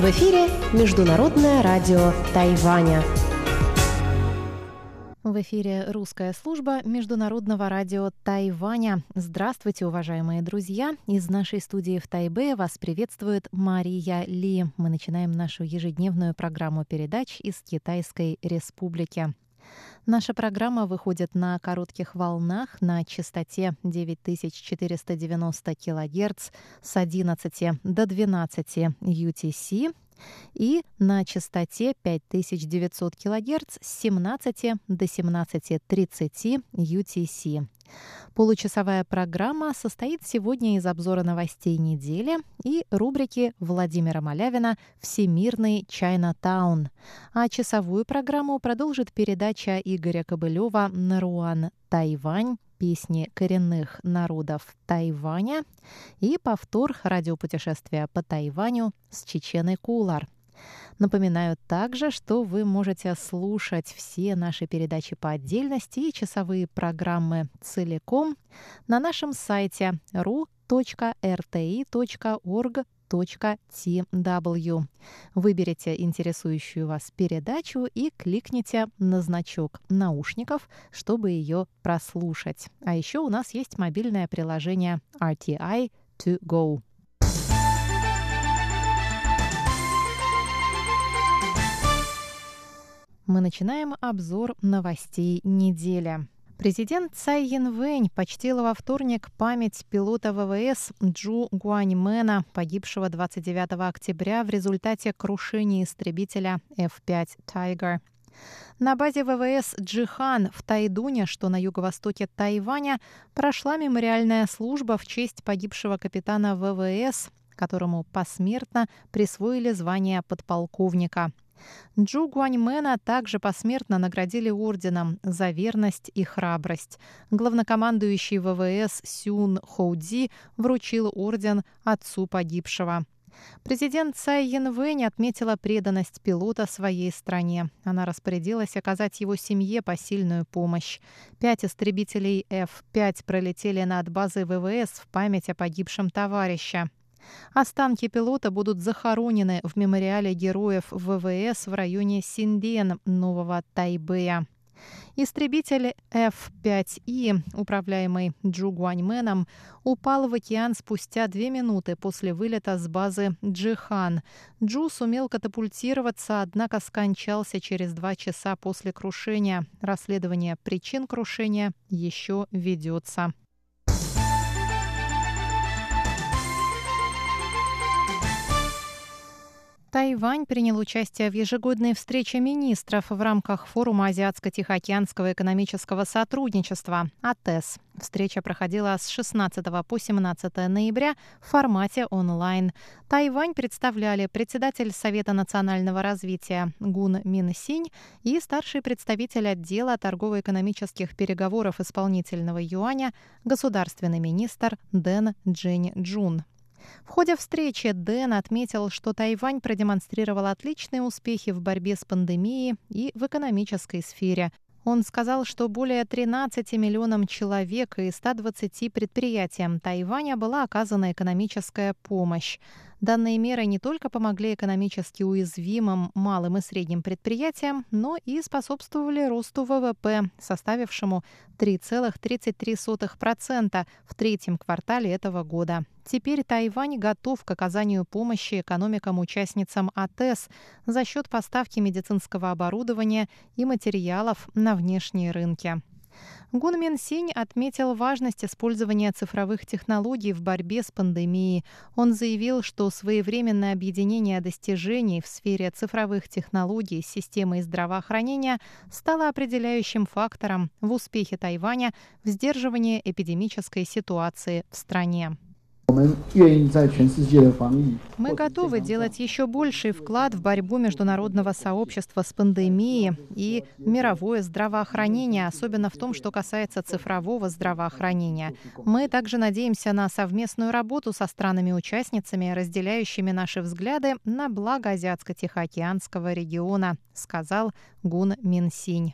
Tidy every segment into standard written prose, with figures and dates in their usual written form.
В эфире Международное радио Тайваня. В эфире русская служба Международного радио Тайваня. Здравствуйте, уважаемые друзья! Из нашей студии в Тайбе вас приветствует Мария Ли. Мы начинаем нашу ежедневную программу передач из Китайской Республики. Наша программа выходит на коротких волнах на частоте 9490 кГц с 11 до 12 UTC и на частоте 5900 кГц с 17 до 17:30 UTC. Получасовая программа состоит сегодня из обзора новостей недели и рубрики Владимира Малявина «Всемирный Чайнатаун». А часовую программу продолжит передача Игоря Кобылева «Наруан, Тайвань. Песни коренных народов Тайваня» и повтор радиопутешествия по Тайваню с Чеченой Кулар. Напоминаю также, что вы можете слушать все наши передачи по отдельности и часовые программы целиком на нашем сайте ru.rti.org.tw. Выберите интересующую вас передачу и кликните на значок наушников, чтобы ее прослушать. А еще у нас есть мобильное приложение RTI To Go. Мы начинаем обзор новостей недели. Президент Цай Янвэнь почтила во вторник память пилота ВВС Джу Гуаньмена, погибшего 29 октября в результате крушения истребителя F-5 Tiger. На базе ВВС Джихан в Тайдуне, что на юго-востоке Тайваня, прошла мемориальная служба в честь погибшего капитана ВВС, которому посмертно присвоили звание подполковника. Джу Гуаньмена также посмертно наградили орденом за верность и храбрость. Главнокомандующий ВВС Сюн Хоуди вручил орден отцу погибшего. Президент Цай Янвэнь отметила преданность пилота своей стране. Она распорядилась оказать его семье посильную помощь. 5 истребителей F-5 пролетели над базой ВВС в память о погибшем товарище. Останки пилота будут захоронены в мемориале героев ВВС в районе Синден, Нового Тайбэя. Истребитель F-5И, управляемый Джу Гуаньменом, упал в океан спустя 2 минуты после вылета с базы Джихан. Джу сумел катапультироваться, однако скончался через 2 часа после крушения. Расследование причин крушения еще ведется. Тайвань принял участие в ежегодной встрече министров в рамках форума Азиатско-Тихоокеанского экономического сотрудничества АТЭС. Встреча проходила с 16 по 17 ноября в формате онлайн. Тайвань представляли председатель Совета национального развития Гун Мин Синь и старший представитель отдела торгово-экономических переговоров исполнительного юаня государственный министр Дэн Джень Джун. В ходе встречи Дэн отметил, что Тайвань продемонстрировал отличные успехи в борьбе с пандемией и в экономической сфере. Он сказал, что более 13 миллионам человек и 120 предприятиям Тайваня была оказана экономическая помощь. Данные меры не только помогли экономически уязвимым малым и средним предприятиям, но и способствовали росту ВВП, составившему 3,33% в третьем квартале этого года. Теперь Тайвань готов к оказанию помощи экономикам-участницам АТЭС за счет поставки медицинского оборудования и материалов на внешние рынки. Гун Мин Синь отметил важность использования цифровых технологий в борьбе с пандемией. Он заявил, что своевременное объединение достижений в сфере цифровых технологий с системой здравоохранения стало определяющим фактором в успехе Тайваня в сдерживании эпидемической ситуации в стране. Мы готовы делать еще больший вклад в борьбу международного сообщества с пандемией и мировое здравоохранение, особенно в том, что касается цифрового здравоохранения. Мы также надеемся на совместную работу со странами-участницами, разделяющими наши взгляды на благо Азиатско-Тихоокеанского региона, сказал Гун Мин Синь.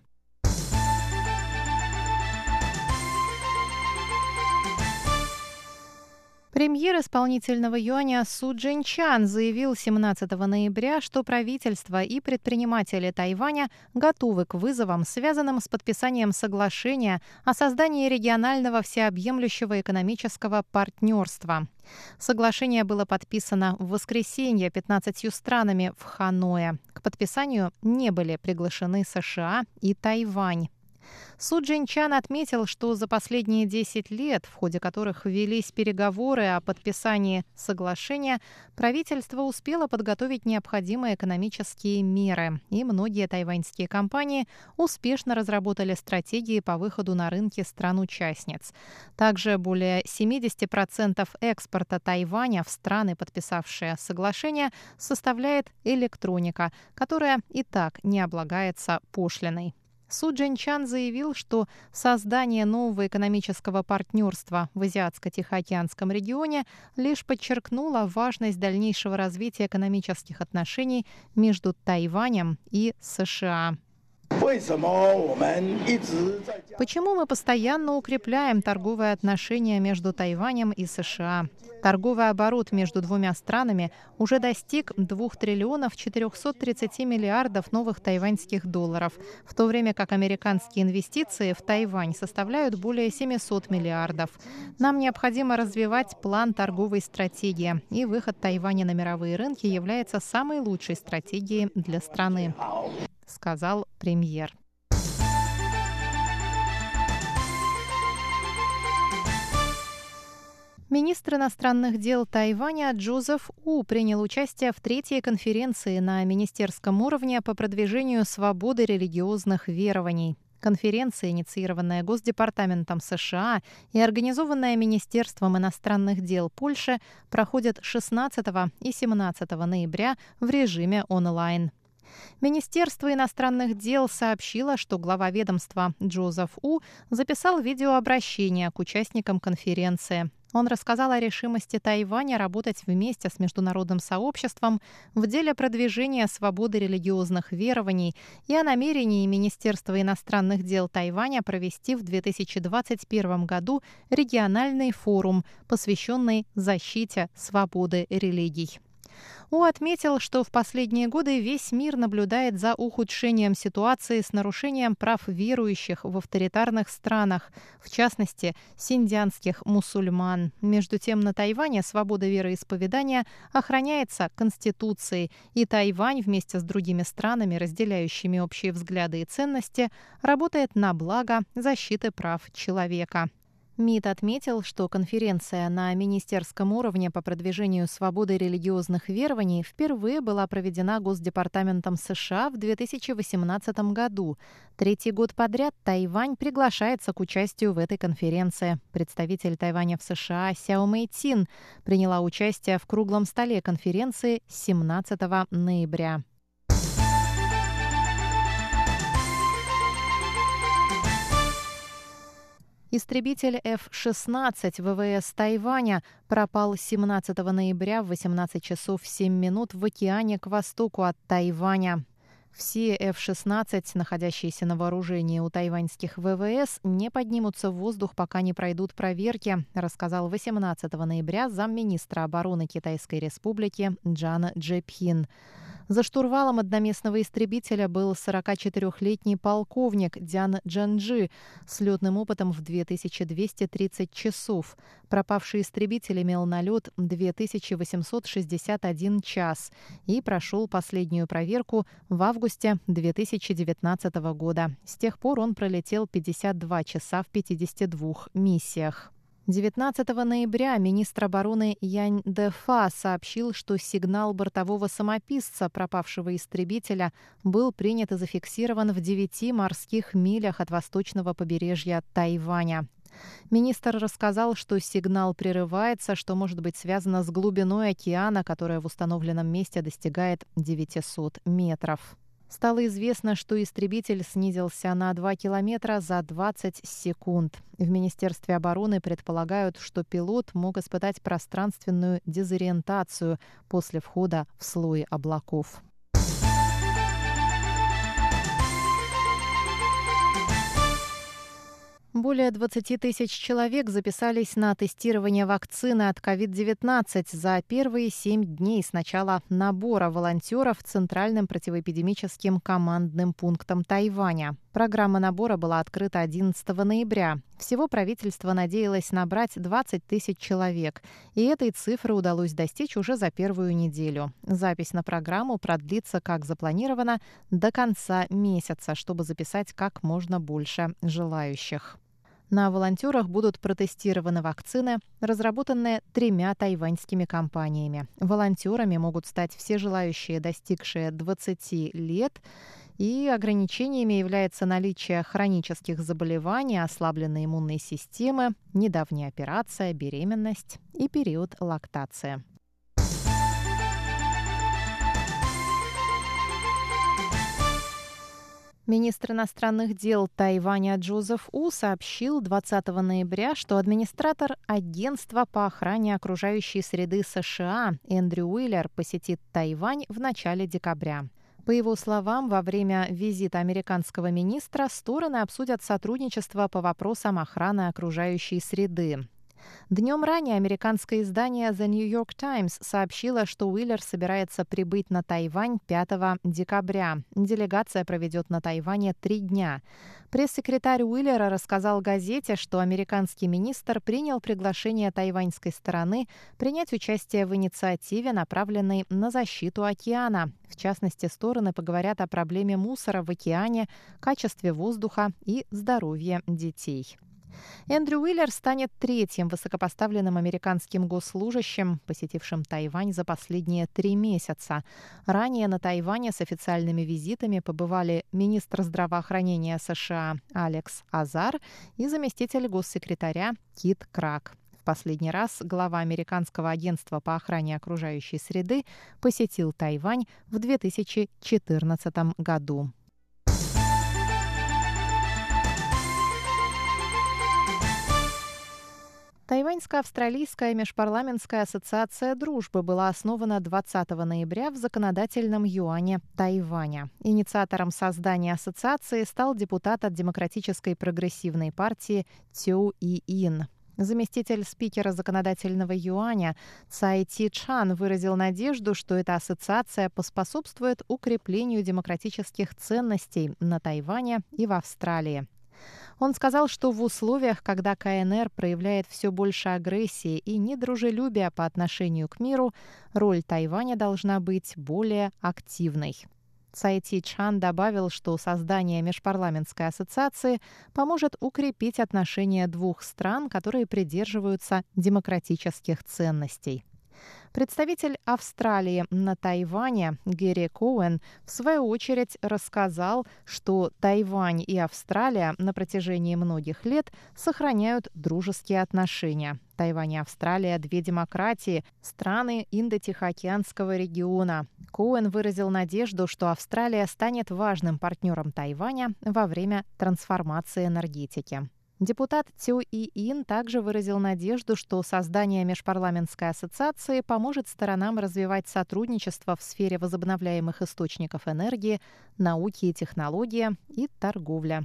Премьер исполнительного юаня Су Чжэньчан заявил 17 ноября, что правительство и предприниматели Тайваня готовы к вызовам, связанным с подписанием соглашения о создании регионального всеобъемлющего экономического партнерства. Соглашение было подписано в воскресенье 15 странами в Ханое. К подписанию не были приглашены США и Тайвань. Су Чжэньчан отметил, что за последние 10 лет, в ходе которых велись переговоры о подписании соглашения, правительство успело подготовить необходимые экономические меры, и многие тайваньские компании успешно разработали стратегии по выходу на рынки стран-участниц. Также более 70% экспорта Тайваня в страны, подписавшие соглашение, составляет электроника, которая и так не облагается пошлиной. Су Чжэньчан заявил, что создание нового экономического партнерства в Азиатско-Тихоокеанском регионе лишь подчеркнуло важность дальнейшего развития экономических отношений между Тайванем и США. Почему мы постоянно укрепляем торговые отношения между Тайванем и США? Торговый оборот между двумя странами уже достиг 2 триллионов 430 миллиардов новых тайваньских долларов, в то время как американские инвестиции в Тайвань составляют более 700 миллиардов. Нам необходимо развивать план торговой стратегии, и выход Тайваня на мировые рынки является самой лучшей стратегией для страны, сказал премьер. Министр иностранных дел Тайваня Джозеф У принял участие в третьей конференции на министерском уровне по продвижению свободы религиозных верований. Конференция, инициированная Госдепартаментом США и организованная Министерством иностранных дел Польши, проходит 16 и 17 ноября в режиме онлайн. Министерство иностранных дел сообщило, что глава ведомства Джозеф У записал видеообращение к участникам конференции. Он рассказал о решимости Тайваня работать вместе с международным сообществом в деле продвижения свободы религиозных верований и о намерении Министерства иностранных дел Тайваня провести в 2021 году региональный форум, посвященный защите свободы религий. У отметил, что в последние годы весь мир наблюдает за ухудшением ситуации с нарушением прав верующих в авторитарных странах, в частности, синьцзянских мусульман. Между тем, на Тайване свобода вероисповедания охраняется Конституцией, и Тайвань вместе с другими странами, разделяющими общие взгляды и ценности, работает на благо защиты прав человека. МИД отметил, что конференция на министерском уровне по продвижению свободы религиозных верований впервые была проведена Госдепартаментом США в 2018 году. Третий год подряд Тайвань приглашается к участию в этой конференции. Представитель Тайваня в США Сяо Мэйтин приняла участие в круглом столе конференции 17 ноября. Истребитель F-16 ВВС Тайваня пропал 17 ноября в 18 часов 7 минут в океане к востоку от Тайваня. Все F-16, находящиеся на вооружении у тайваньских ВВС, не поднимутся в воздух, пока не пройдут проверки, рассказал 18 ноября замминистра обороны Китайской Республики Джан Чжэпхин. За штурвалом одноместного истребителя был 44-летний полковник Дзян Чжэньчжи с летным опытом в 2230 часов. Пропавший истребитель имел налет 2861 час и прошел последнюю проверку в августе 2019 года. С тех пор он пролетел 52 часа в 52 миссиях. 19 ноября министр обороны Янь Дэфа сообщил, что сигнал бортового самописца пропавшего истребителя был принят и зафиксирован в 9 морских милях от восточного побережья Тайваня. Министр рассказал, что сигнал прерывается, что может быть связано с глубиной океана, которая в установленном месте достигает 900 метров. Стало известно, что истребитель снизился на 2 километра за 20 секунд. В Министерстве обороны предполагают, что пилот мог испытать пространственную дезориентацию после входа в слой облаков. Более 20 тысяч человек записались на тестирование вакцины от COVID-19 за первые 7 дней с начала набора волонтеров Центральным противоэпидемическим командным пунктом Тайваня. Программа набора была открыта 11 ноября. Всего правительство надеялось набрать 20 тысяч человек, и этой цифры удалось достичь уже за первую неделю. Запись на программу продлится, как запланировано, до конца месяца, чтобы записать как можно больше желающих. На волонтерах будут протестированы вакцины, разработанные 3 тайваньскими компаниями. Волонтерами могут стать все желающие, достигшие 20 лет, и ограничениями является наличие хронических заболеваний, ослабленной иммунной системы, недавняя операция, беременность и период лактации. Министр иностранных дел Тайваня Джозеф У сообщил 20 ноября, что администратор Агентства по охране окружающей среды США Эндрю Уиллер посетит Тайвань в начале декабря. По его словам, во время визита американского министра стороны обсудят сотрудничество по вопросам охраны окружающей среды. Днем ранее американское издание The New York Times сообщило, что Уиллер собирается прибыть на Тайвань 5 декабря. Делегация проведет на Тайване 3 дня. Пресс-секретарь Уиллера рассказал газете, что американский министр принял приглашение тайваньской стороны принять участие в инициативе, направленной на защиту океана. В частности, стороны поговорят о проблеме мусора в океане, качестве воздуха и здоровье детей. Эндрю Уиллер станет 3-м высокопоставленным американским госслужащим, посетившим Тайвань за последние 3 месяца. Ранее на Тайване с официальными визитами побывали министр здравоохранения США Алекс Азар и заместитель госсекретаря Кит Крак. В последний раз глава Американского агентства по охране окружающей среды посетил Тайвань в 2014 году. Тайваньско-австралийская межпарламентская ассоциация дружбы была основана 20 ноября в законодательном юане Тайваня. Инициатором создания ассоциации стал депутат от Демократической прогрессивной партии Цю И-ин. Заместитель спикера законодательного юаня Цай Ти Чан выразил надежду, что эта ассоциация поспособствует укреплению демократических ценностей на Тайване и в Австралии. Он сказал, что в условиях, когда КНР проявляет все больше агрессии и недружелюбия по отношению к миру, роль Тайваня должна быть более активной. Цай Ти Чан добавил, что создание межпарламентской ассоциации поможет укрепить отношения двух стран, которые придерживаются демократических ценностей. Представитель Австралии на Тайване Гэри Коуэн в свою очередь рассказал, что Тайвань и Австралия на протяжении многих лет сохраняют дружеские отношения. Тайвань и Австралия – 2 демократии, страны Индо-Тихоокеанского региона. Коуэн выразил надежду, что Австралия станет важным партнером Тайваня во время трансформации энергетики. Депутат Цю И-ин также выразил надежду, что создание межпарламентской ассоциации поможет сторонам развивать сотрудничество в сфере возобновляемых источников энергии, науки и технологии и торговля.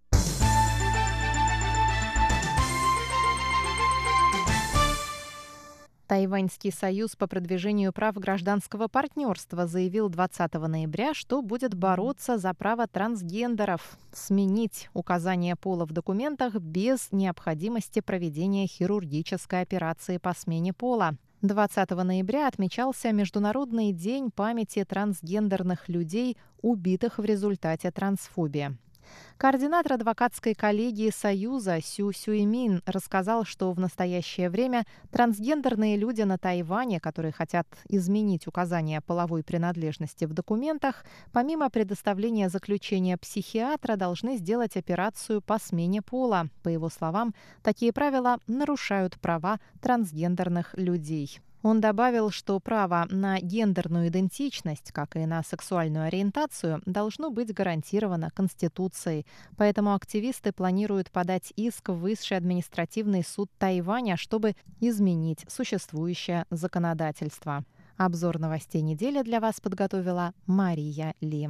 Тайваньский союз по продвижению прав гражданского партнерства заявил 20 ноября, что будет бороться за право трансгендеров сменить указание пола в документах без необходимости проведения хирургической операции по смене пола. 20 ноября отмечался Международный день памяти трансгендерных людей, убитых в результате трансфобии. Координатор адвокатской коллегии Союза Сю Сюймин рассказал, что в настоящее время трансгендерные люди на Тайване, которые хотят изменить указание половой принадлежности в документах, помимо предоставления заключения психиатра, должны сделать операцию по смене пола. По его словам, такие правила нарушают права трансгендерных людей. Он добавил, что право на гендерную идентичность, как и на сексуальную ориентацию, должно быть гарантировано Конституцией. Поэтому активисты планируют подать иск в Высший административный суд Тайваня, чтобы изменить существующее законодательство. Обзор новостей недели для вас подготовила Мария Ли.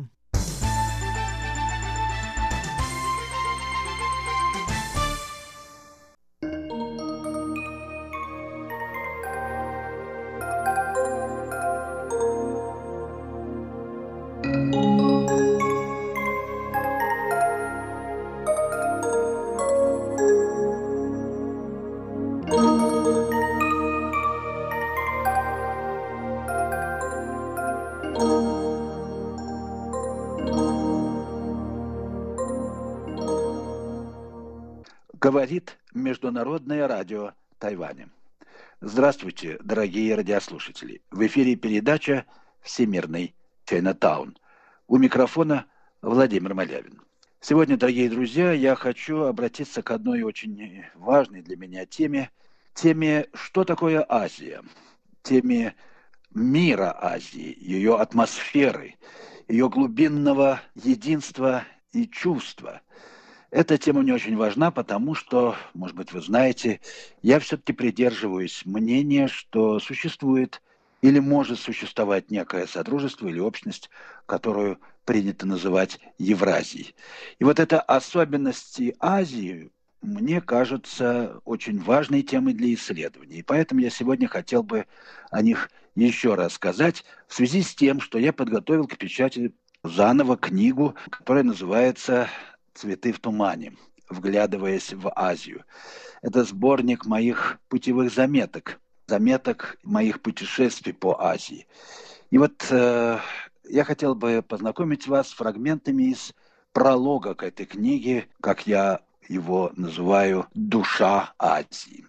говорит Международное радио Тайваня. Здравствуйте, дорогие радиослушатели. В эфире передача «Всемирный Чайнатаун». У микрофона Владимир Малявин. Сегодня, дорогие друзья, я хочу обратиться к одной очень важной для меня теме, что такое Азия, теме мира Азии, ее атмосферы, ее глубинного единства и чувства. Эта тема мне очень важна, потому что, может быть, вы знаете, я все-таки придерживаюсь мнения, что существует или может существовать некое содружество или общность, которую принято называть Евразией. И вот эта особенности Азии мне кажется очень важной темой для исследований. И поэтому я сегодня хотел бы о них еще раз сказать в связи с тем, что я подготовил к печати заново книгу, которая называется «Цветы в тумане. Вглядываясь в Азию». Это сборник моих путевых заметок моих путешествий по Азии. И вот я хотел бы познакомить вас с фрагментами из пролога к этой книге, как я его называю, «Душа Азии».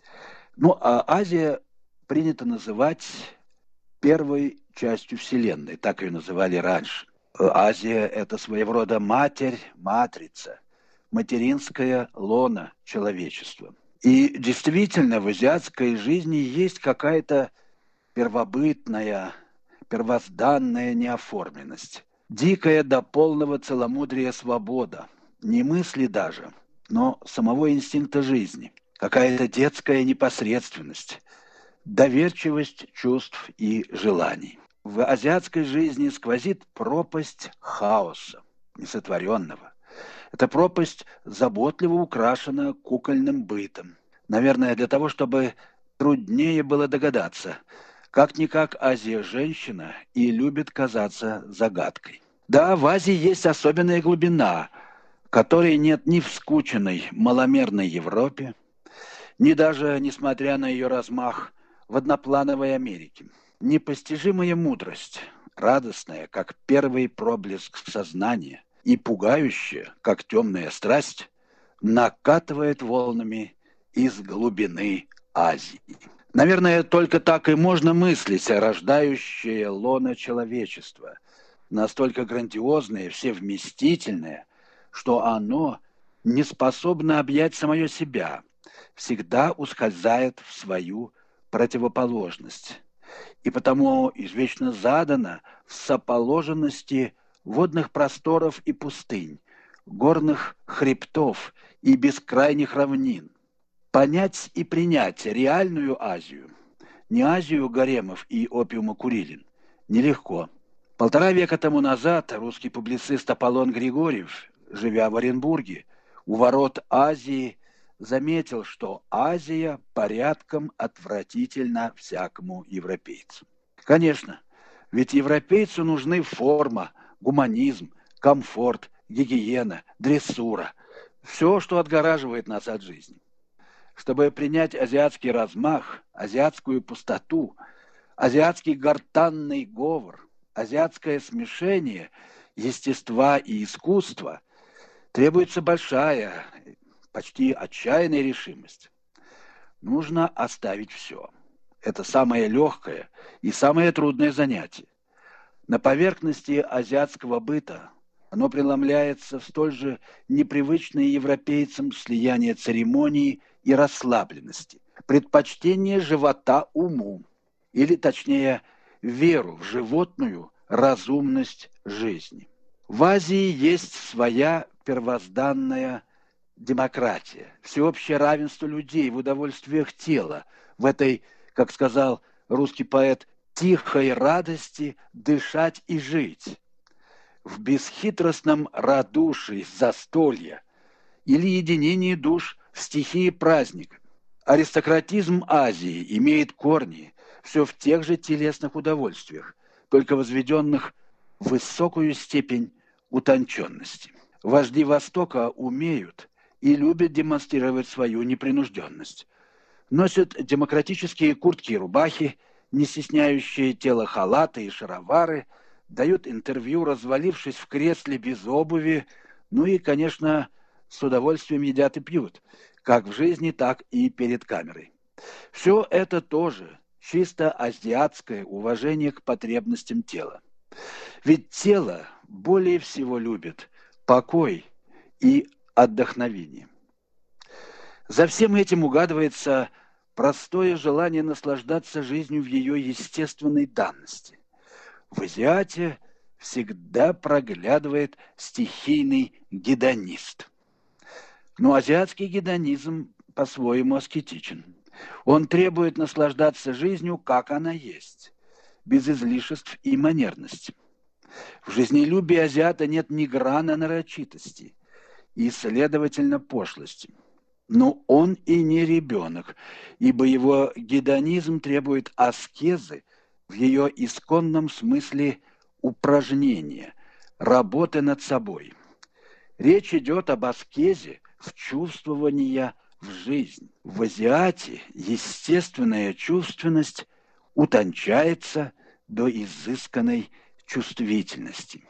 А Азия принято называть первой частью Вселенной, так ее называли раньше. Азия – это своего рода матрица, материнское лоно человечества. И действительно, в азиатской жизни есть какая-то первобытная, первозданная неоформленность, дикая до полного целомудрия свобода, не мысли даже, но самого инстинкта жизни, какая-то детская непосредственность, доверчивость чувств и желаний. В азиатской жизни сквозит пропасть хаоса, несотворенного. Эта пропасть заботливо украшена кукольным бытом. Наверное, для того, чтобы труднее было догадаться, как-никак Азия женщина и любит казаться загадкой. Да, в Азии есть особенная глубина, которой нет ни в скученной, маломерной Европе, ни даже, несмотря на ее размах, в одноплановой Америке. Непостижимая мудрость, радостная, как первый проблеск сознания, и пугающая, как темная страсть, накатывает волнами из глубины Азии. Наверное, только так и можно мыслить рождающее лоно человечества, настолько грандиозное, всевместительное, что оно не способно объять самое себя, всегда ускользает в свою противоположность. И потому извечно задано в соположенности водных просторов и пустынь, горных хребтов и бескрайних равнин. Понять и принять реальную Азию, не Азию гаремов и опиума курилин, нелегко. 1,5 века тому назад русский публицист Аполлон Григорьев, живя в Оренбурге, у ворот Азии, заметил, что Азия порядком отвратительна всякому европейцу. Конечно, ведь европейцу нужны форма, гуманизм, комфорт, гигиена, дрессура. Все, что отгораживает нас от жизни. Чтобы принять азиатский размах, азиатскую пустоту, азиатский гортанный говор, азиатское смешение естества и искусства, требуется большая, почти отчаянная решимость. Нужно оставить все. Это самое легкое и самое трудное занятие. На поверхности азиатского быта оно преломляется в столь же непривычное европейцам слияние церемонии и расслабленности, предпочтение живота уму, или точнее веру в животную разумность жизни. В Азии есть своя первозданная демократия, всеобщее равенство людей в удовольствиях тела, в этой, как сказал русский поэт, тихой радости дышать и жить, в бесхитростном радушии застолья или единении душ в стихии праздника. Аристократизм Азии имеет корни все в тех же телесных удовольствиях, только возведенных в высокую степень утонченности. Вожди Востока умеют и любят демонстрировать свою непринужденность. Носят демократические куртки и рубахи, не стесняющие тело халаты и шаровары, дают интервью, развалившись в кресле без обуви, ну и, конечно, с удовольствием едят и пьют. как в жизни, так и перед камерой. Все это тоже чисто азиатское уважение к потребностям тела. Ведь тело более всего любит покой и отдохновение. За всем этим угадывается простое желание наслаждаться жизнью в ее естественной данности. В азиате всегда проглядывает стихийный гедонист. Но азиатский гедонизм по-своему аскетичен. Он требует наслаждаться жизнью, как она есть, без излишеств и манерности. В жизнелюбии азиата нет ни грана нарочитости и, следовательно, пошлости. Но он и не ребенок, ибо его гедонизм требует аскезы в ее исконном смысле упражнения, работы над собой. Речь идет об аскезе вчувствования в жизнь. В азиате естественная чувственность утончается до изысканной чувствительности.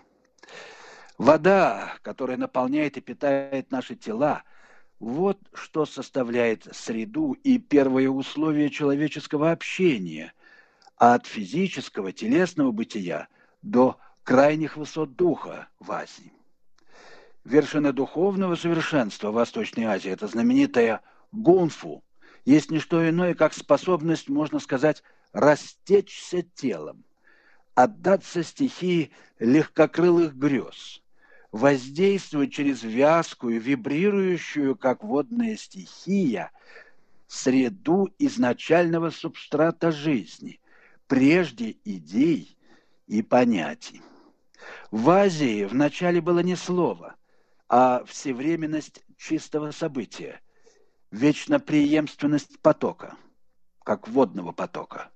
Вода, которая наполняет и питает наши тела, вот что составляет среду и первое условие человеческого общения, от физического, телесного бытия до крайних высот духа в Азии. Вершина духовного совершенства в Восточной Азии – это знаменитая гунфу, есть не что иное, как способность, можно сказать, растечься телом, отдаться стихии легкокрылых грез, воздействовать через вязкую, вибрирующую, как водная стихия, среду изначального субстрата жизни, прежде идей и понятий. В Азии вначале было не слово, а всевременность чистого события, вечнопреемственность потока, как водного потока.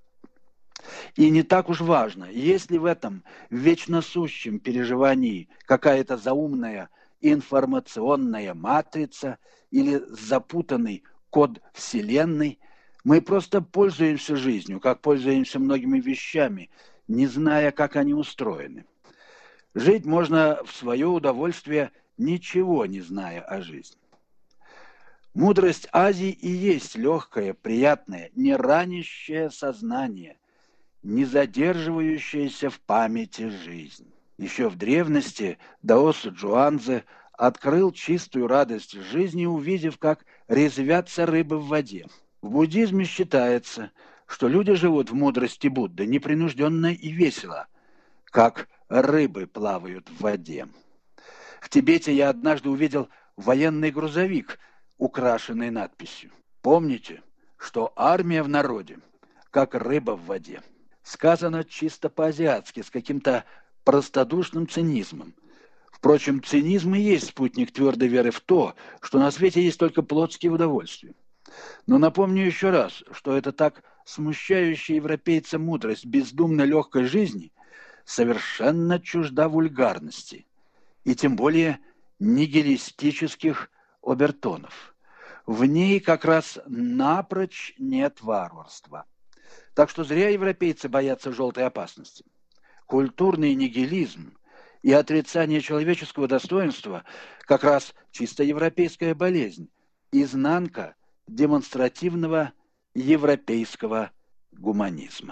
И не так уж важно, есть ли в этом вечно сущем переживании какая-то заумная информационная матрица или запутанный код Вселенной. Мы просто пользуемся жизнью, как пользуемся многими вещами, не зная, как они устроены. Жить можно в свое удовольствие, ничего не зная о жизни. Мудрость Азии и есть легкое, приятное, не ранящее сознание, не задерживающаяся в памяти жизнь. Еще в древности даосу Джуанзе открыл чистую радость жизни, увидев, как резвятся рыбы в воде. В буддизме считается, что люди живут в мудрости Будды непринужденно и весело, как рыбы плавают в воде. В Тибете я однажды увидел военный грузовик, украшенный надписью. Помните, что армия в народе, как рыба в воде. Сказано чисто по-азиатски, с каким-то простодушным цинизмом. Впрочем, цинизм и есть спутник твердой веры в то, что на свете есть только плотские удовольствия. Но напомню еще раз, что это так смущающая европейца мудрость бездумно легкой жизни совершенно чужда вульгарности, и тем более нигилистических обертонов. В ней как раз напрочь нет варварства. Так что зря европейцы боятся желтой опасности. Культурный нигилизм и отрицание человеческого достоинства как раз чисто европейская болезнь, изнанка демонстративного европейского гуманизма.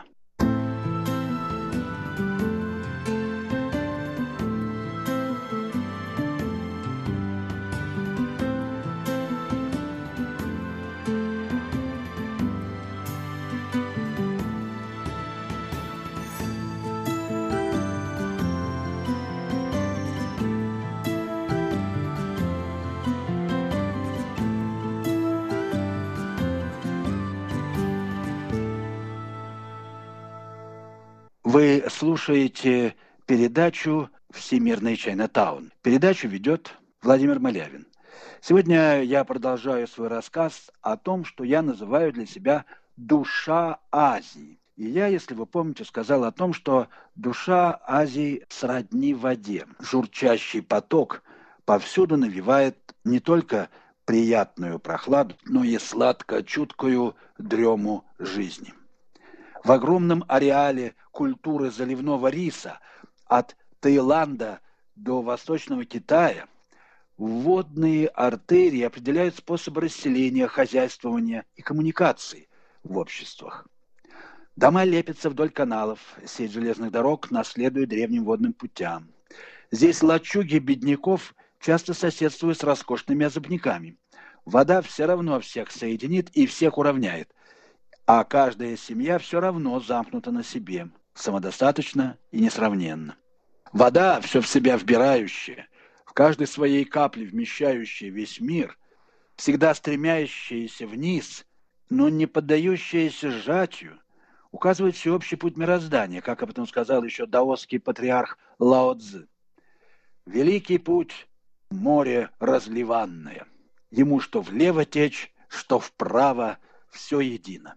Вы слушаете передачу «Всемирный Чайнатаун». Передачу ведет Владимир Малявин. Сегодня я продолжаю свой рассказ о том, что я называю для себя «душа Азии». И я, если вы помните, сказал о том, что душа Азии сродни воде. Журчащий поток повсюду навевает не только приятную прохладу, но и сладко-чуткую дрему жизни. В огромном ареале культуры заливного риса от Таиланда до Восточного Китая Водные артерии определяют способы расселения, хозяйствования и коммуникации в обществах. Дома лепятся вдоль каналов, сеть железных дорог наследует древним водным путям. Здесь лачуги бедняков часто соседствуют с роскошными особняками. Вода все равно всех соединит и всех уравняет, а каждая семья все равно замкнута на себе, самодостаточна и несравненна. Вода, все в себя вбирающая, в каждой своей капле вмещающая весь мир, всегда стремящаяся вниз, но не поддающаяся сжатию, указывает всеобщий путь мироздания, как об этом сказал еще даосский патриарх Лао Цзы. Великий путь – море разливанное. Ему что влево течь, что вправо – все едино.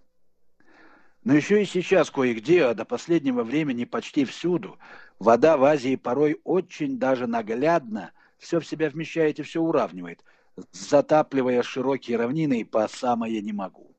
Но еще и сейчас кое-где, а до последнего времени почти всюду, вода в Азии порой очень даже наглядно все в себя вмещает и все уравнивает, затапливая широкие равнины по самое не могу.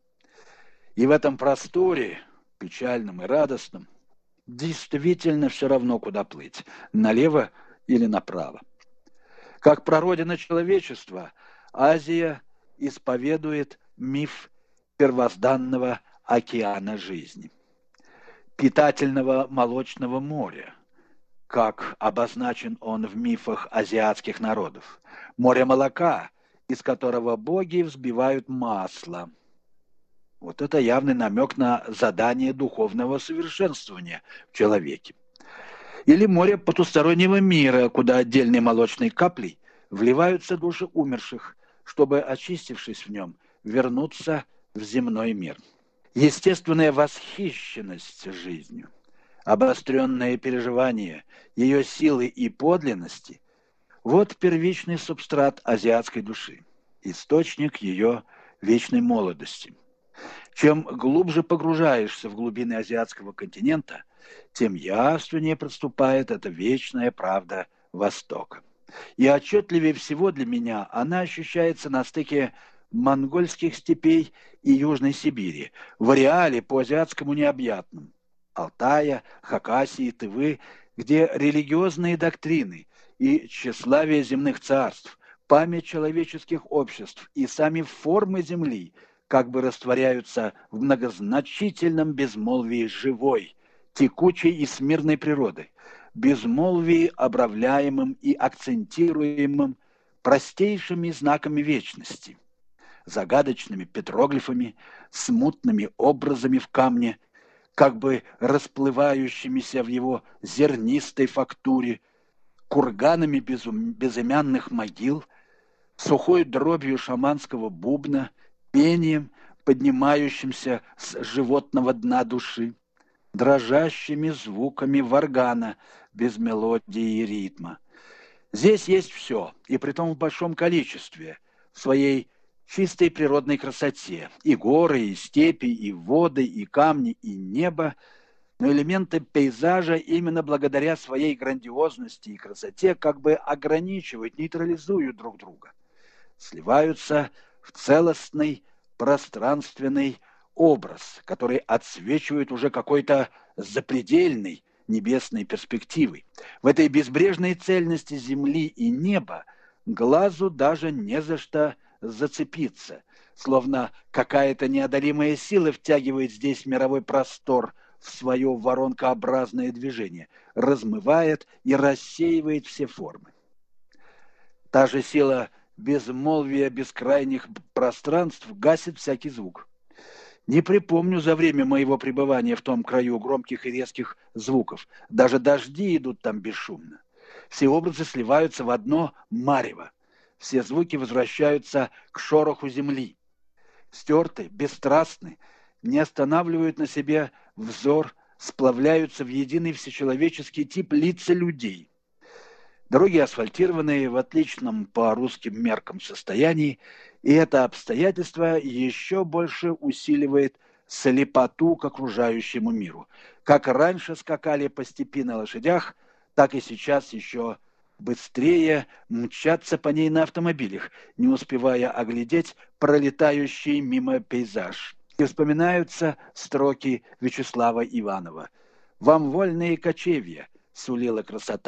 И в этом просторе, печальном и радостном, действительно все равно, куда плыть, налево или направо. Как прародина человечества, Азия исповедует миф первозданного океана жизни, питательного молочного моря, как обозначен он в мифах азиатских народов, море молока, из которого боги взбивают масло. Вот это явный намек на задание духовного совершенствования в человеке. Или море потустороннего мира, куда отдельной молочной каплей вливаются души умерших, чтобы, очистившись в нем, вернуться в земной мир. Естественная восхищенность жизнью, обостренное переживание ее силы и подлинности – вот первичный субстрат азиатской души, источник ее вечной молодости. Чем глубже погружаешься в глубины азиатского континента, тем явственнее проступает эта вечная правда Востока. И отчетливее всего для меня она ощущается на стыке монгольских степей и Южной Сибири, в ареале по азиатскому необъятным, Алтая, Хакасии, Тывы, где религиозные доктрины и тщеславие земных царств, память человеческих обществ и сами формы земли как бы растворяются в многозначительном безмолвии живой, текучей и смирной природы, безмолвии, обравляемым и акцентируемым простейшими знаками вечности, загадочными петроглифами, смутными образами в камне, как бы расплывающимися в его зернистой фактуре, курганами безымянных могил, сухой дробью шаманского бубна, пением, поднимающимся с животного дна души, дрожащими звуками варгана без мелодии и ритма. Здесь есть все, и притом в большом количестве, в своей чистой природной красоте. И горы, и степи, и воды, и камни, и небо. Но элементы пейзажа именно благодаря своей грандиозности и красоте как бы ограничивают, нейтрализуют друг друга. Сливаются в целостный пространственный образ, который отсвечивает уже какой-то запредельной небесной перспективой. В этой безбрежной цельности земли и неба глазу даже не за что зацепиться, словно какая-то неодолимая сила втягивает здесь мировой простор в свое воронкообразное движение, размывает и рассеивает все формы. Та же сила безмолвия бескрайних пространств гасит всякий звук. Не припомню за время моего пребывания в том краю громких и резких звуков. Даже дожди идут там бесшумно. Все образы сливаются в одно марево. Все звуки возвращаются к шороху земли. Стерты, бесстрастны, не останавливают на себе взор, сплавляются в единый всечеловеческий тип лица людей. Дороги асфальтированные в отличном по русским меркам состоянии, и это обстоятельство еще больше усиливает слепоту к окружающему миру. Как раньше скакали по степи на лошадях, так и сейчас еще быстрее мчатся по ней на автомобилях, не успевая оглядеть пролетающий мимо пейзаж. И вспоминаются строки Вячеслава Иванова: «Вам вольные кочевья сулила красота,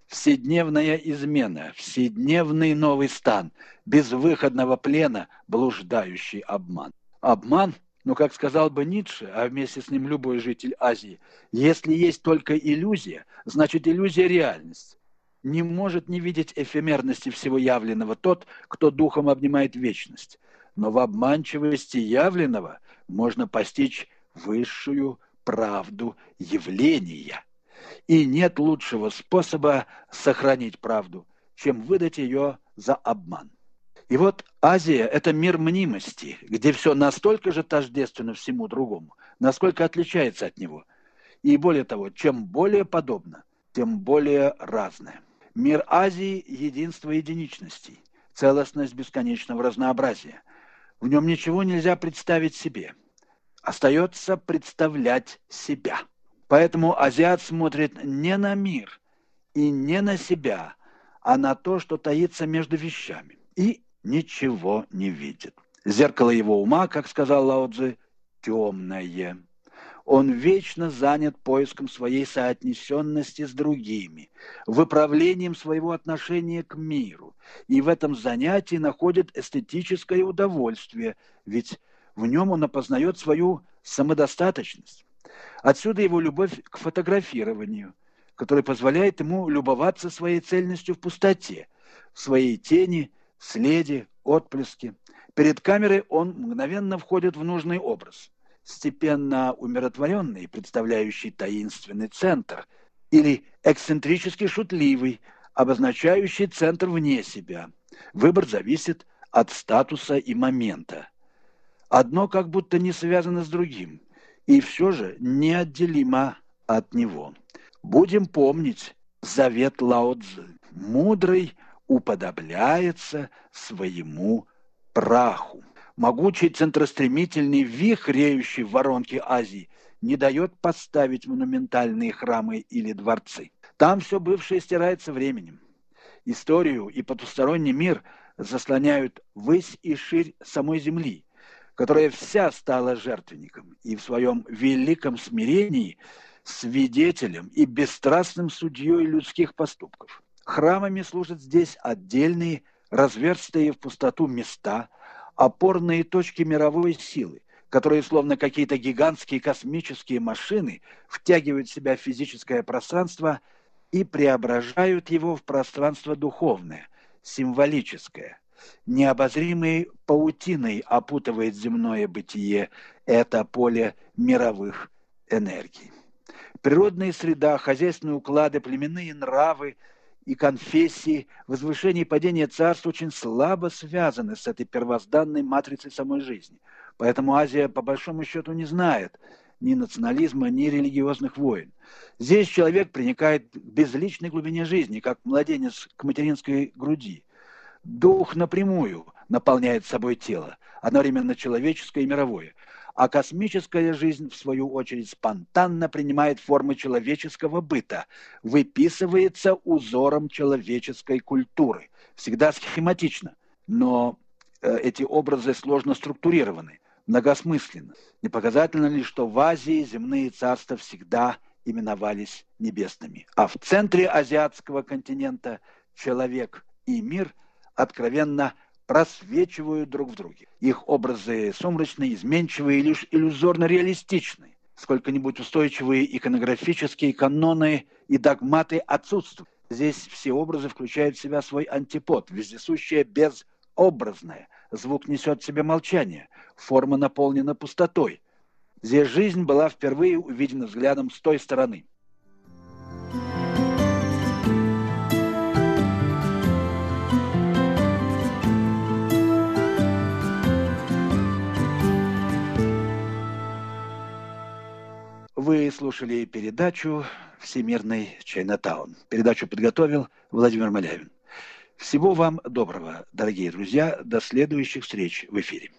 Вседневная измена, вседневный новый стан, безвыходного плена, блуждающий обман. Обман, как сказал бы Ницше, а вместе с ним любой житель Азии, если есть только иллюзия, значит иллюзия – реальность. Не может не видеть эфемерности всего явленного тот, кто духом обнимает вечность. Но в обманчивости явленного можно постичь высшую правду явления. И нет лучшего способа сохранить правду, чем выдать ее за обман. И вот Азия – это мир мнимости, где все настолько же тождественно всему другому, насколько отличается от него. И более того, чем более подобно, тем более разное. Мир Азии – единство единичностей, целостность бесконечного разнообразия. В нем ничего нельзя представить себе. Остается представлять себя. Поэтому азиат смотрит не на мир и не на себя, а на то, что таится между вещами, и ничего не видит. Зеркало его ума, как сказал Лао Цзы, темное. Он вечно занят поиском своей соотнесенности с другими, выправлением своего отношения к миру, и в этом занятии находит эстетическое удовольствие, ведь в нем он опознает свою самодостаточность. Отсюда его любовь к фотографированию, которая позволяет ему любоваться своей цельностью в пустоте, в своей тени, следе, отблеске. Перед камерой он мгновенно входит в нужный образ, степенно умиротворенный, представляющий таинственный центр, или эксцентрически шутливый, обозначающий центр вне себя. Выбор зависит от статуса и момента. Одно как будто не связано с другим, и все же неотделимо от него. Будем помнить завет Лао Цзы. Мудрый уподобляется своему праху. Могучий центростремительный вихрь, реющий в воронке Азии, не дает поставить монументальные храмы или дворцы. Там все бывшее стирается временем. Историю и потусторонний мир заслоняют ввысь и ширь самой земли, которая вся стала жертвенником и в своем великом смирении свидетелем и бесстрастным судьей людских поступков. Храмами служат здесь отдельные, разверстые в пустоту места, опорные точки мировой силы, которые, словно какие-то гигантские космические машины, втягивают в себя физическое пространство и преображают его в пространство духовное, символическое. Необозримой паутиной опутывает земное бытие это поле мировых энергий. Природная среда, хозяйственные уклады, племенные нравы и конфессии, возвышение и падение царств очень слабо связаны с этой первозданной матрицей самой жизни. Поэтому Азия, по большому счету, не знает ни национализма, ни религиозных войн. Здесь человек проникает к безличной глубине жизни, как младенец к материнской груди. Дух напрямую наполняет собой тело, одновременно человеческое и мировое, а космическая жизнь, в свою очередь, спонтанно принимает формы человеческого быта, выписывается узором человеческой культуры, всегда схематично, но эти образы сложно структурированы, многосмысленны. Не показательно ли, что в Азии земные царства всегда именовались небесными, а в центре азиатского континента человек и мир откровенно просвечивают друг в друге. Их образы сумрачные, изменчивые и лишь иллюзорно реалистичны. Сколько-нибудь устойчивые иконографические каноны и догматы отсутствуют. Здесь все образы включают в себя свой антипод, вездесущее безобразное. Звук несет в себе молчание, форма наполнена пустотой. Здесь жизнь была впервые увидена взглядом с той стороны. Вы слушали передачу «Всемирный Чайнатаун». Передачу подготовил Владимир Малявин. Всего вам доброго, дорогие друзья. До следующих встреч в эфире.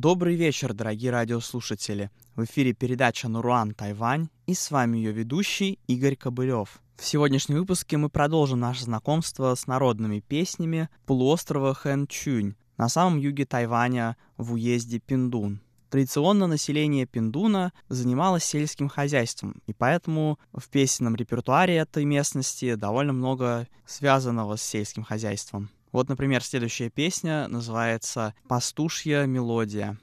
Добрый вечер, дорогие радиослушатели. В эфире передача «Наруан. Тайвань», и с вами ее ведущий Игорь Кобылев. В сегодняшнем выпуске мы продолжим наше знакомство с народными песнями полуострова Хэнчунь на самом юге Тайваня в уезде Пиндун. Традиционно население Пиндуна занималось сельским хозяйством, и поэтому в песенном репертуаре этой местности довольно много связанного с сельским хозяйством. Вот, например, следующая песня называется «Пастушья мелодия».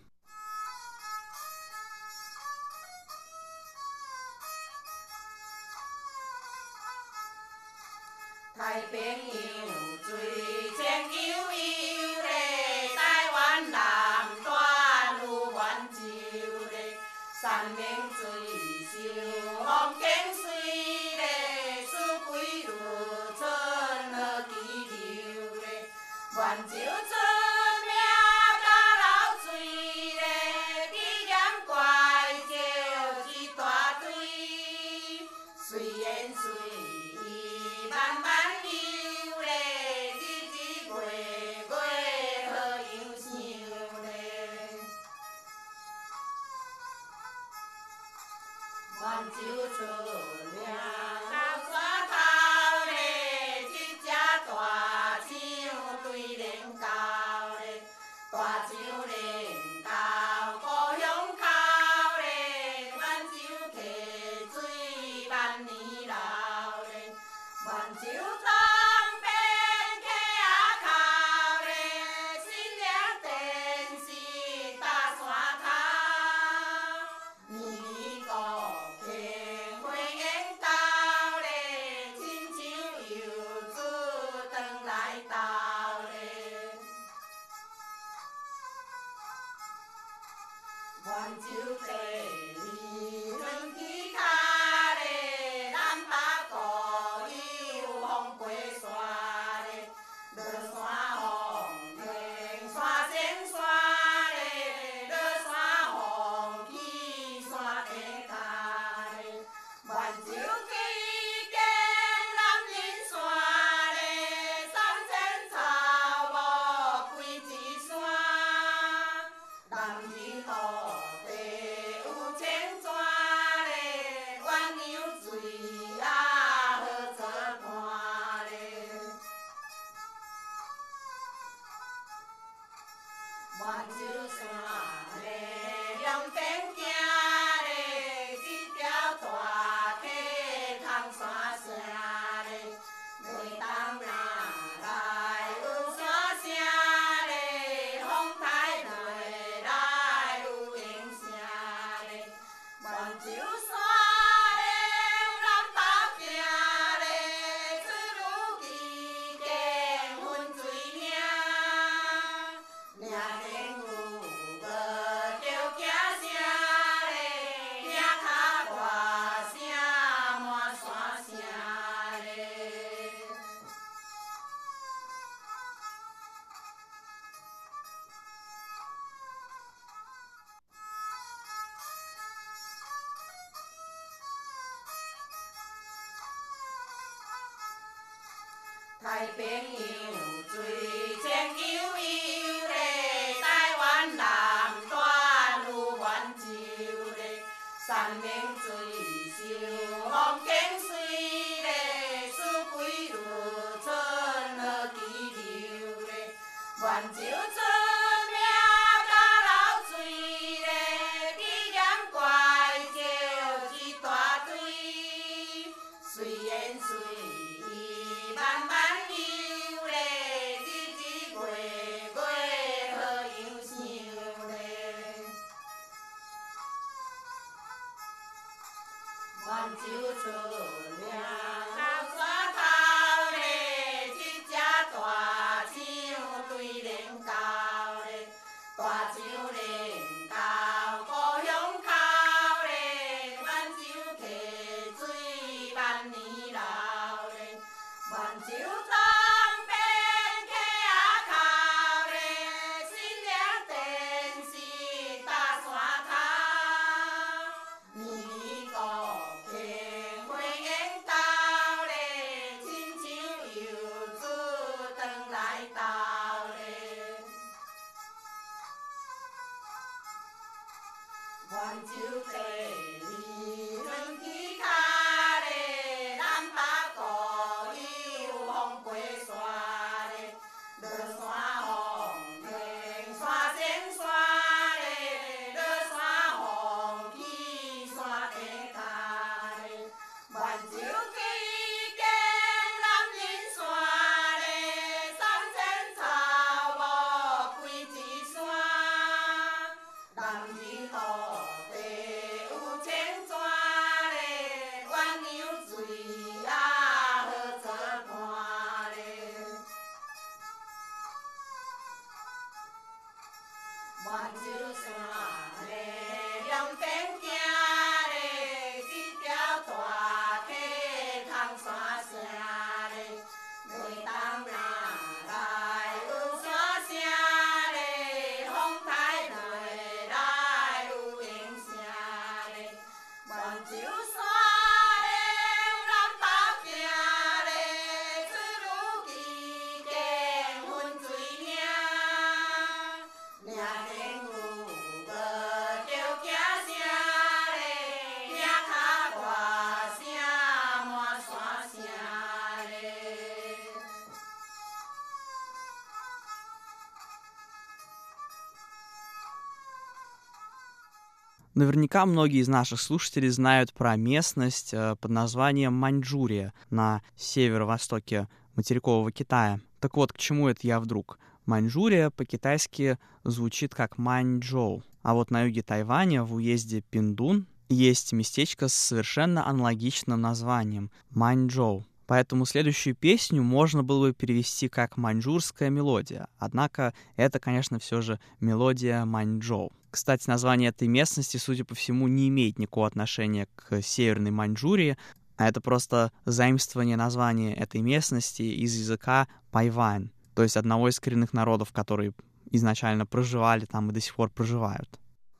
Наверняка многие из наших слушателей знают про местность под названием Маньчжурия на северо-востоке материкового Китая. Так вот, к чему это я вдруг? Маньчжурия по-китайски звучит как Маньчжоу. А вот на юге Тайваня, в уезде Пиндун, есть местечко с совершенно аналогичным названием — Маньчжоу. Поэтому следующую песню можно было бы перевести как «маньчжурская мелодия». Однако это, конечно, все же мелодия Маньчжоу. Кстати, название этой местности, судя по всему, не имеет никакого отношения к Северной Маньчжурии, а это просто заимствование названия этой местности из языка пайвань, то есть одного из коренных народов, которые изначально проживали там и до сих пор проживают.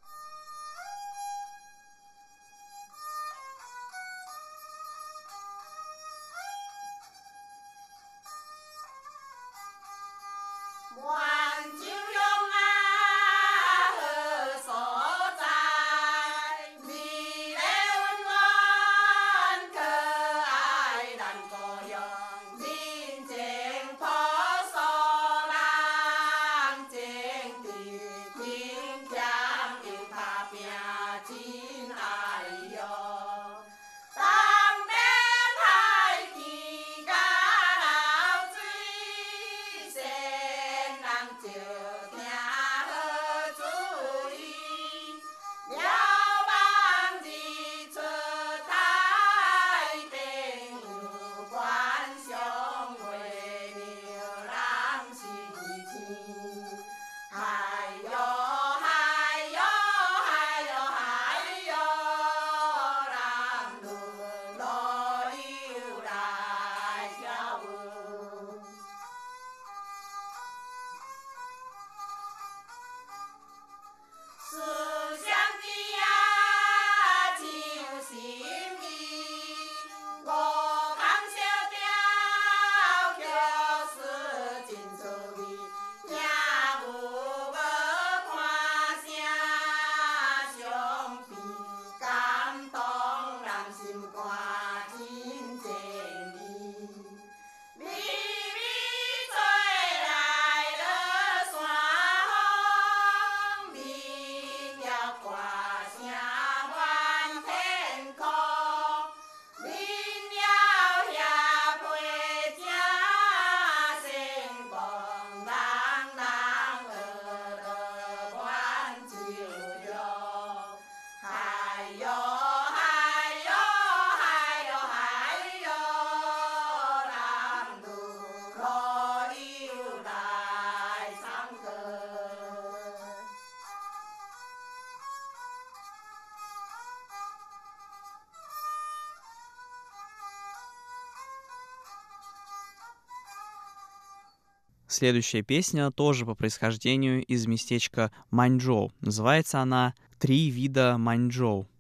Следующая песня тоже по происхождению из местечка Маньчжоу. Называется она «Три вида Маньчжоу».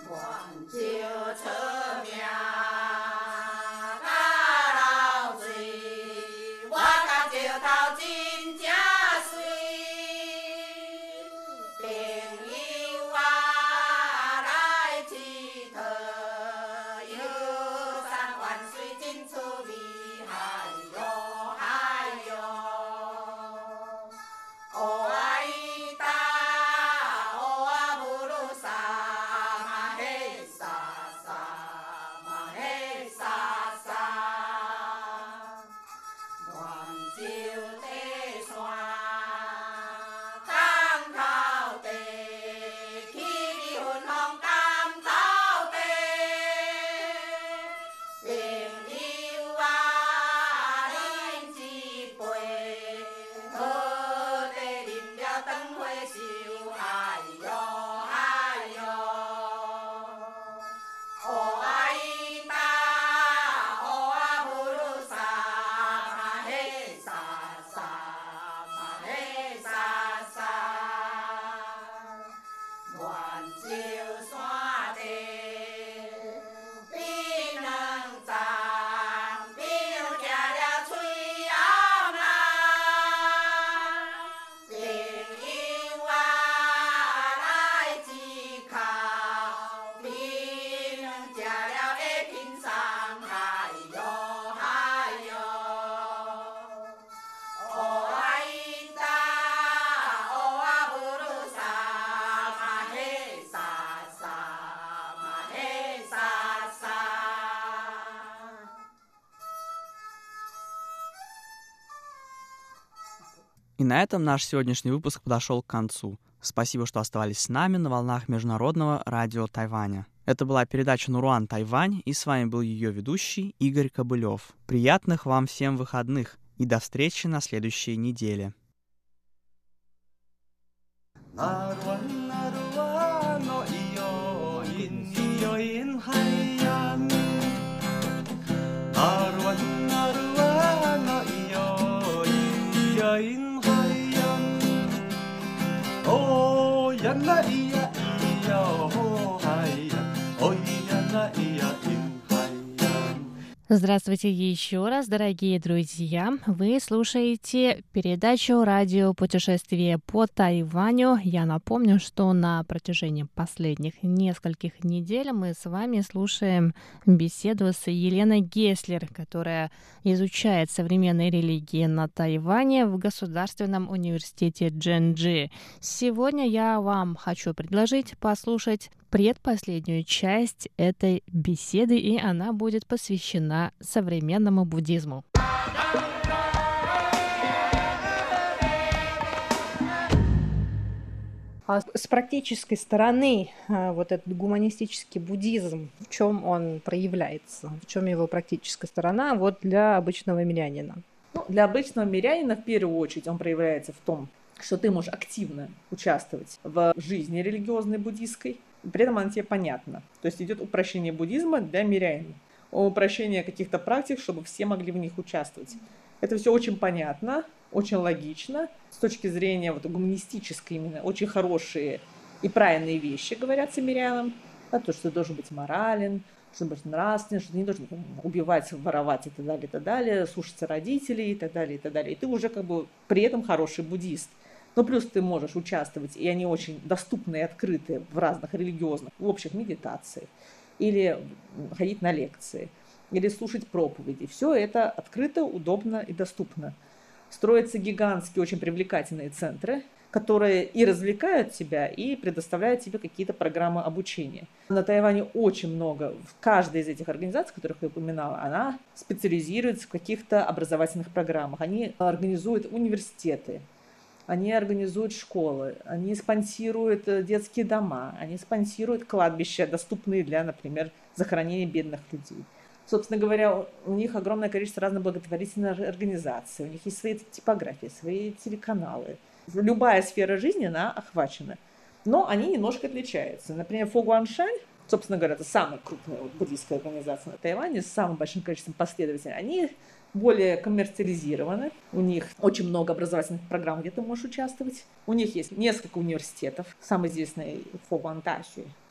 И на этом наш сегодняшний выпуск подошел к концу. Спасибо, что оставались с нами на волнах Международного радио Тайваня. Это была передача «Наруан Тайвань», и с вами был ее ведущий Игорь Кобылев. Приятных вам всем выходных и до встречи на следующей неделе. Здравствуйте еще раз, дорогие друзья! Вы слушаете передачу «Радио путешествие по Тайваню». Я напомню, что на протяжении последних нескольких недель мы с вами слушаем беседу с Еленой Геслер, которая изучает современные религии на Тайване в Государственном университете Чжэньчжи. Сегодня я вам хочу предложить послушать предпоследнюю часть этой беседы, и она будет посвящена современному буддизму. А с практической стороны вот этот гуманистический буддизм, в чем он проявляется, в чем его практическая сторона вот для обычного мирянина? Для обычного мирянина в первую очередь он проявляется в том, что ты можешь активно участвовать в жизни религиозной буддийской, при этом она тебе понятна. То есть идет упрощение буддизма для мирянина, упрощение каких-то практик, чтобы все могли в них участвовать. Это все очень понятно, очень логично. С точки зрения гуманистической именно, очень хорошие и правильные вещи говорятся мирянам. То, что ты должен быть морален, что ты должен быть нравственен, что ты не должен убивать, воровать и так далее, слушаться родителей и так далее, и так далее. И ты уже при этом хороший буддист. Но плюс ты можешь участвовать, и они очень доступны и открыты в разных религиозных, в общих медитациях, или ходить на лекции, или слушать проповеди. Все это открыто, удобно и доступно. Строятся гигантские, очень привлекательные центры, которые и развлекают тебя, и предоставляют тебе какие-то программы обучения. На Тайване очень много, в каждой из этих организаций, которых я упоминала, она специализируется в каких-то образовательных программах. Они организуют университеты, они организуют школы, они спонсируют детские дома, они спонсируют кладбища, доступные для, например, захоронения бедных людей. Собственно говоря, у них огромное количество разных благотворительных организаций, у них есть свои типографии, свои телеканалы. Любая сфера жизни, она охвачена. Но они немножко отличаются. Например, Фогуаншань, собственно говоря, это самая крупная буддийская организация на Тайване с самым большим количеством последователей, они более коммерциализированы, у них очень много образовательных программ, где ты можешь участвовать. У них есть несколько университетов, самый известный Фогуанташи,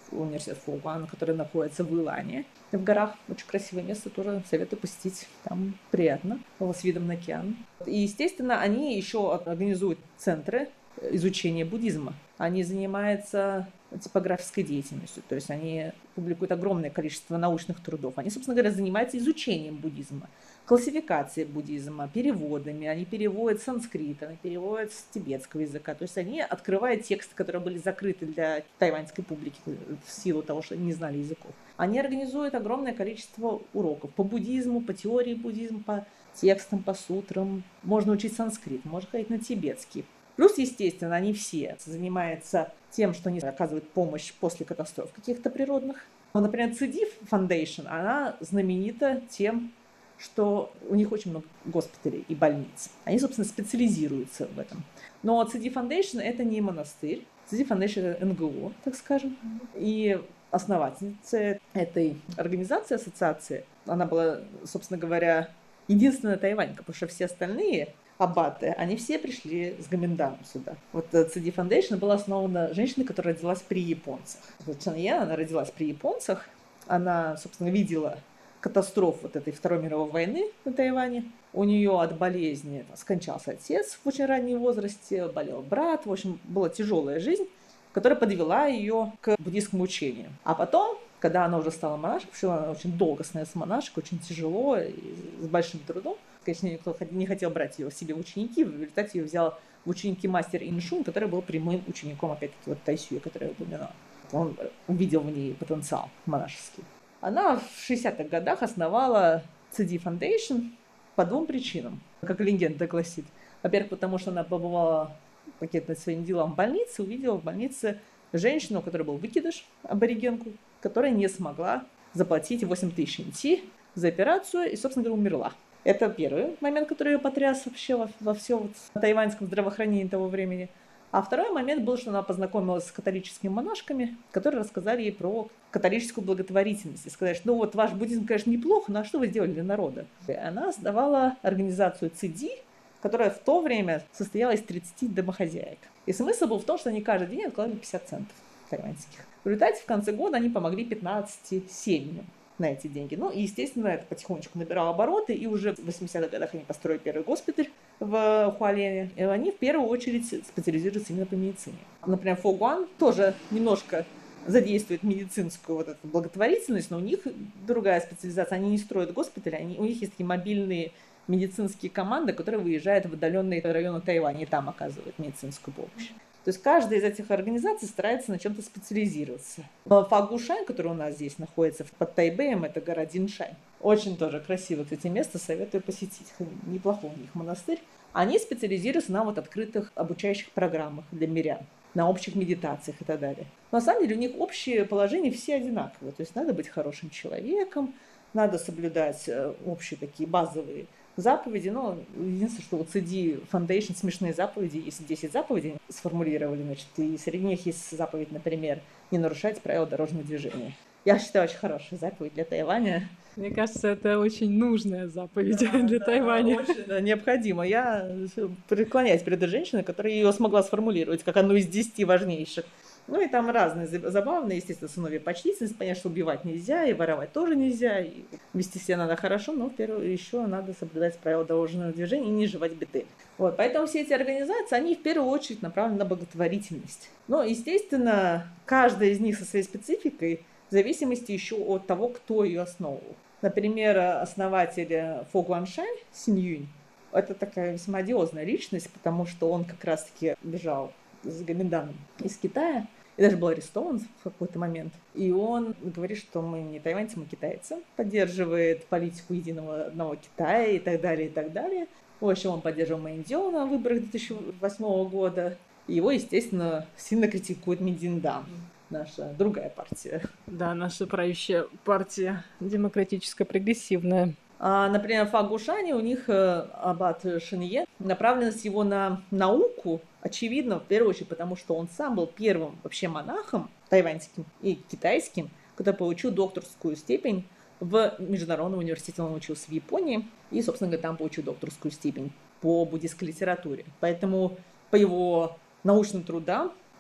университет Фогуан, который находится в Илане, в горах. Очень красивое место, тоже советую посетить. Там приятно, с видом на океан. И, естественно, они еще организуют центры изучения буддизма. Они занимаются типографской деятельностью, то есть они публикуют огромное количество научных трудов. Они, собственно говоря, занимаются изучением буддизма, классификацией буддизма, переводами. Они переводят с санскрита, они переводят с тибетского языка. То есть они открывают тексты, которые были закрыты для тайваньской публики в силу того, что они не знали языков. Они организуют огромное количество уроков по буддизму, по теории буддизма, по текстам, по сутрам. Можно учить санскрит, можно ходить на тибетский. Плюс, естественно, они все занимаются тем, что они оказывают помощь после катастроф каких-то природных. Например, CIDI Foundation, она знаменита тем, что у них очень много госпиталей и больниц. Они, собственно, специализируются в этом. Но CIDI Foundation – это не монастырь. CIDI Foundation – это НГО, так скажем. И основательница этой организации, ассоциации, она была, собственно говоря, единственная тайванька, потому что все остальные аббаты, они все пришли с Гоминданом сюда. Вот CIDI Foundation была основана женщиной, которая родилась при японцах. Чаньян, она родилась при японцах. Она, собственно, видела катастрофу вот этой Второй мировой войны на Тайване. У нее от болезни скончался отец в очень раннем возрасте, болел брат. В общем, была тяжелая жизнь, которая подвела ее к буддийскому учению. А потом, когда она уже стала монашкой, потому что она очень долго становилась монашкой, очень тяжело и с большим трудом, конечно, никто не хотел брать ее себе в ученики, в результате ее взял в ученики мастер Иншун, который был прямым учеником, опять-таки, вот Тайсюя, который я упоминала. Он увидел в ней потенциал монашеский. Она в 60-х годах основала CIDI Foundation по двум причинам, как легенда гласит. Во-первых, потому что она побывала по каким-то своим делам в больнице, увидела в больнице женщину, у которой был выкидыш, аборигенку, которая не смогла заплатить 8 тысяч NT за операцию и, собственно говоря, умерла. Это первый момент, который ее потряс вообще во всем тайваньском здравоохранении того времени. А второй момент был, что она познакомилась с католическими монашками, которые рассказали ей про католическую благотворительность. И сказали, что ну вот ваш буддизм, конечно, неплохо, но что вы сделали для народа? И она основала организацию CIDI, которая в то время состояла из 30 домохозяек. И смысл был в том, что они каждый день откладывали 50 центов тайваньских. В результате в конце года они помогли 15 семьям на эти деньги. Ну, и, естественно, это потихонечку набирало обороты, и уже в 80-х годах они построили первый госпиталь в Хуалене, и они в первую очередь специализируются именно по медицине. Например, Фогуан тоже немножко задействует медицинскую вот эту благотворительность, но у них другая специализация. Они не строят госпитали, у них есть такие мобильные медицинские команды, которые выезжают в отдаленные районы Тайваня и там оказывают медицинскую помощь. То есть каждая из этих организаций старается на чем-то специализироваться. Фагушань, который у нас здесь находится под Тайбэем, это гора Диншань. Очень тоже красивое, кстати, место, советую посетить. Неплохой у них монастырь. Они специализируются на вот открытых обучающих программах для мирян, на общих медитациях и так далее. Но на самом деле у них общие положения все одинаковые. То есть надо быть хорошим человеком, надо соблюдать общие такие базовые заповеди, но единственное, что вот CIDI Foundation смешные заповеди, если 10 заповедей сформулировали, значит, и среди них есть заповедь, например, не нарушать правила дорожного движения. Я считаю, очень хорошая заповедь для Тайваня. Мне кажется, это очень нужная заповедь для Тайваня. Очень необходимо. Я преклоняюсь перед женщиной, которая ее смогла сформулировать как одну из 10 важнейших. Ну и там разные забавные, естественно, сыновья почтительность, понятно, что убивать нельзя, и воровать тоже нельзя, и вести себя надо хорошо, но еще надо соблюдать правила дорожного движения и не жевать бетель. Вот, поэтому все эти организации, они в первую очередь направлены на благотворительность. Но, естественно, каждая из них со своей спецификой, в зависимости еще от того, кто ее основывал. Например, основатель Фогуаншань, Синь Юнь, это такая весьма одиозная личность, потому что он как раз-таки бежал с Гоминданом из Китая, и даже был арестован в какой-то момент. И он говорит, что мы не тайваньцы, мы китайцы, поддерживает политику единого одного Китая и так далее, и так далее. В общем, он поддерживал Мэйдзё на выборах 2008 года. И его, естественно, сильно критикует Миндиндан, наша другая партия. Да, наша правящая партия, демократическая, прогрессивная. Например, в Фагушане у них аббат Шинье, направленность его на науку, очевидно, в первую очередь, потому что он сам был первым вообще монахом тайваньским и китайским, который получил докторскую степень в Международном университете. Он учился в Японии и, собственно говоря, там получил докторскую степень по буддийской литературе. Поэтому по его научным трудам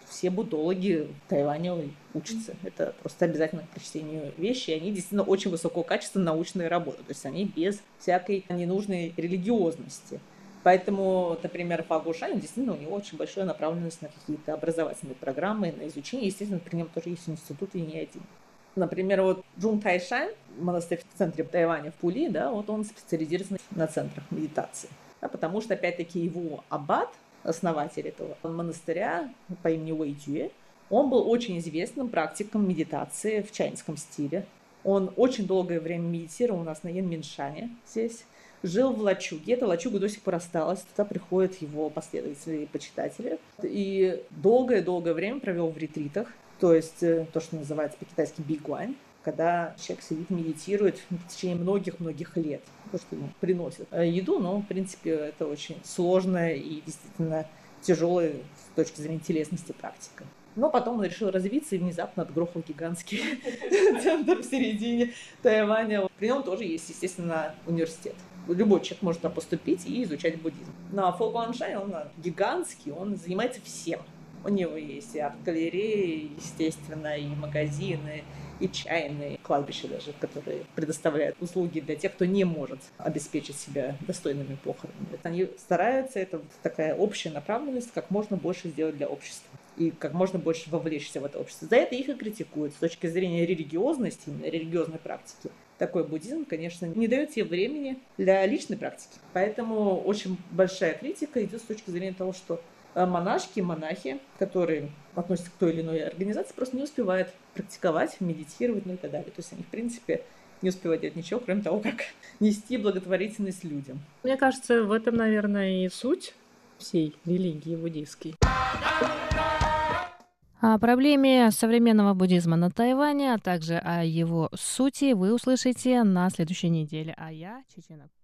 все буддологи в Тайване учатся. Это просто обязательно к прочтению вещи. Они действительно очень высокого качества научные работы. То есть они без всякой ненужной религиозности. Поэтому, например, Фа Гушань, действительно, у него очень большая направленность на какие-то образовательные программы, на изучение. Естественно, при нем тоже есть институт, и не один. Например, вот Джун Тайшань, монастырь в центре Тайваня, в Пули, да, вот он специализируется на центрах медитации. Да, потому что, опять-таки, его аббат, основатель этого монастыря по имени Вэй Дюэ, он был очень известным практиком медитации в чайнском стиле. Он очень долгое время медитировал у нас на Янминшане здесь. Жил в лачуге. Эта лачуга до сих пор осталась. Туда приходят его последователи и почитатели. И долгое-долгое время провел в ретритах. То есть то, что называется по-китайски бигуань, когда человек сидит, медитирует в течение многих-многих лет. То, что ему приносит еду, но, в принципе, это очень сложная и действительно тяжелая с точки зрения телесности практика. Но потом он решил развиться и внезапно отгрохал гигантский центр в середине Тайваня. При нем тоже есть, естественно, университет. Любой человек может туда поступить и изучать буддизм. Но Фо Гуаншань, он гигантский, он занимается всем. У него есть и арт-галереи, естественно, и магазины, и чайные, кладбища даже, которые предоставляют услуги для тех, кто не может обеспечить себя достойными похоронами. Они стараются, это вот такая общая направленность, как можно больше сделать для общества и как можно больше вовлечься в это общество. За это их и критикуют. С точки зрения религиозности, именно религиозной практики, такой буддизм, конечно, не дает тебе времени для личной практики. Поэтому очень большая критика идет с точки зрения того, что монашки, монахи, которые относятся к той или иной организации, просто не успевают практиковать, медитировать, ну и так далее. То есть они, в принципе, не успевают делать ничего, кроме того, как нести благотворительность людям. Мне кажется, в этом, наверное, и суть всей религии буддийской. О проблеме современного буддизма на Тайване, а также о его сути вы услышите на следующей неделе. А я, Чечена